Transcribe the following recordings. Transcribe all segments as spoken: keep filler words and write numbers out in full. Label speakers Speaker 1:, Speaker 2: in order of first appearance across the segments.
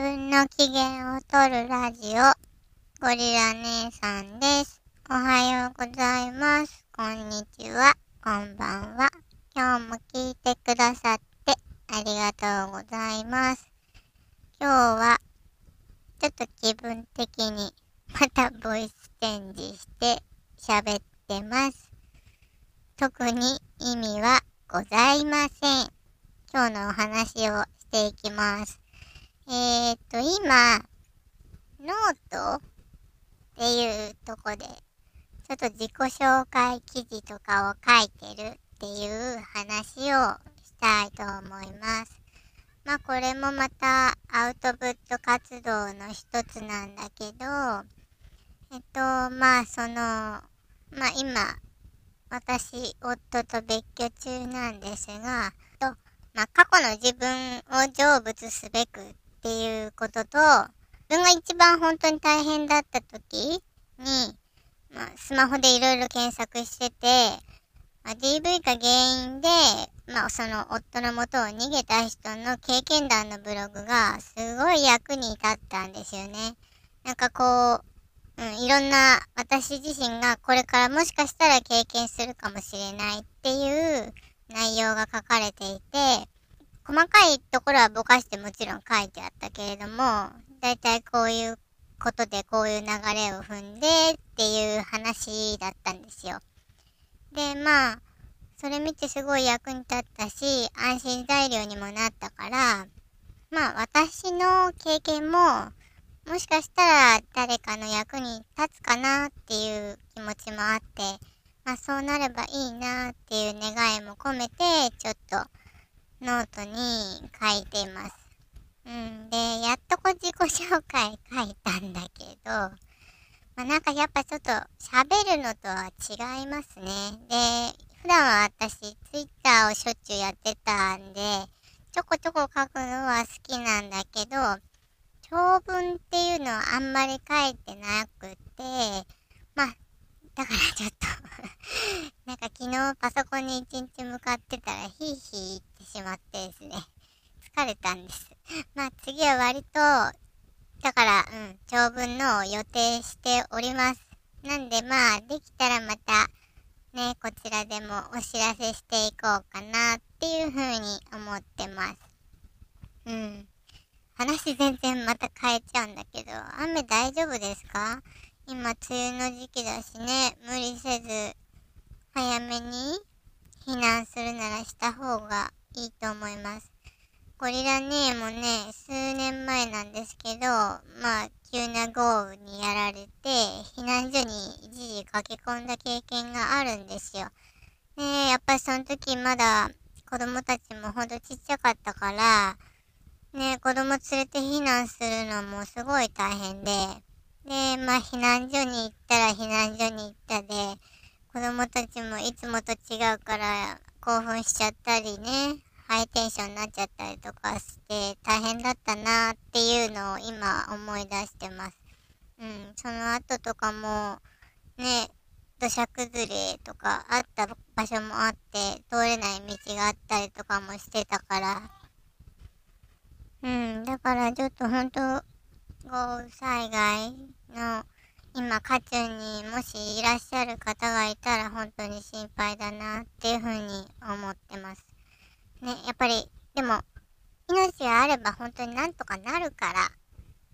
Speaker 1: 分の機嫌を取るラジオ、ゴリラ姉さんです。おはようございます。こんにちは。こんばんは。今日も聞いてくださってありがとうございます。今日はちょっと気分的にまたボイスチェンジして喋ってます。特に意味はございません。今日のお話をしていきます。えーと、今、ノートっていうとこで、ちょっと自己紹介記事とかを書いてるっていう話をしたいと思います。まあこれもまたアウトプット活動の一つなんだけど、えっと、まあその、まあ今、私、夫と別居中なんですが、とまあ過去の自分を成仏すべくっていうことと、自分が一番本当に大変だった時に、まあ、スマホでいろいろ検索してて、まあ、ディーブイ が原因で、まあ、その夫の元を逃げた人の経験談のブログがすごい役に立ったんですよね。なんかこう、うん、いろんな私自身がこれからもしかしたら経験するかもしれないっていう内容が書かれていて、細かいところはぼかしてもちろん書いてあったけれども、だいたいこういうことでこういう流れを踏んでっていう話だったんですよ。で、まあ、それ見てすごい役に立ったし、安心材料にもなったから、まあ私の経験も、もしかしたら誰かの役に立つかなっていう気持ちもあって、まあそうなればいいなっていう願いも込めて、ちょっとノートに書いています。うん。で、やっとこ自己紹介書いたんだけど、まあ、なんかやっぱちょっと喋るのとは違いますね。で、普段は私ツイッターをしょっちゅうやってたんで、ちょこちょこ書くのは好きなんだけど、長文っていうのはあんまり書いてなくて、まあ、だからちょっとなんか昨日パソコンに一日向かってたらヒーヒー言ってしまってですね、疲れたんです。まあ次は割と、だから、うん、長文のを予定しております。なんでまあ、できたらまた、ね、こちらでもお知らせしていこうかなっていうふうに思ってます。うん。話全然また変えちゃうんだけど、雨大丈夫ですか？今、梅雨の時期だしね、無理せず、早めに避難するならした方がいいと思います。ゴリラ姉もね、数年前なんですけど、まあ、急な豪雨にやられて、避難所に一時駆け込んだ経験があるんですよ。ね、やっぱりその時まだ子供たちもほんとちっちゃかったから、ね、子供連れて避難するのもすごい大変で、で、まあ避難所に行ったら避難所に行ったで、子供たちもいつもと違うから興奮しちゃったりね、ハイテンションになっちゃったりとかして大変だったなっていうのを今思い出してます。うん、その後とかもね、土砂崩れとかあった場所もあって通れない道があったりとかもしてたから、うん、だからちょっと本当豪雨災害の今、渦中にもしいらっしゃる方がいたら本当に心配だなっていうふうに思ってます。ね、やっぱり、でも、命があれば本当になんとかなるから、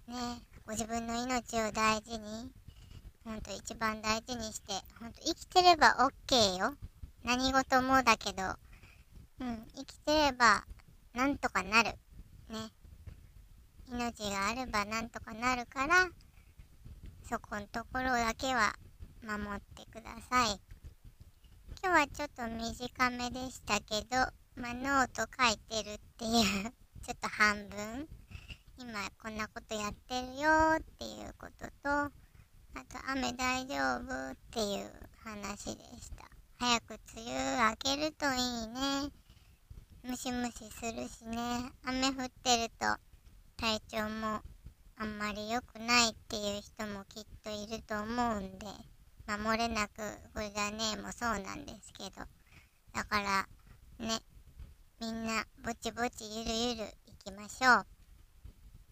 Speaker 1: ね、ご自分の命を大事に、本当一番大事にして、本当生きてれば OK よ。何事もだけど、うん、生きてればなんとかなる。ね。命があればなんとかなるから、そこのところだけは守ってください。今日はちょっと短めでしたけど、まあ、ノート書いてるっていうちょっと半分、今こんなことやってるよっていうことと、あと雨大丈夫っていう話でした。早く梅雨明けるといいね。ムシムシするしね。雨降ってると体調もあんまり良くないっていう人もきっといると思うんで、まあ、漏れなくゴリラ姉もそうなんですけど、だからね、みんなぼちぼちゆるゆるいきましょう。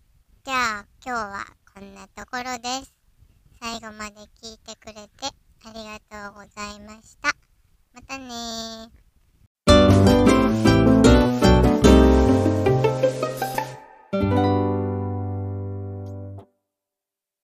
Speaker 1: じゃあ今日はこんなところです。最後まで聞いてくれてありがとうございました。またねー。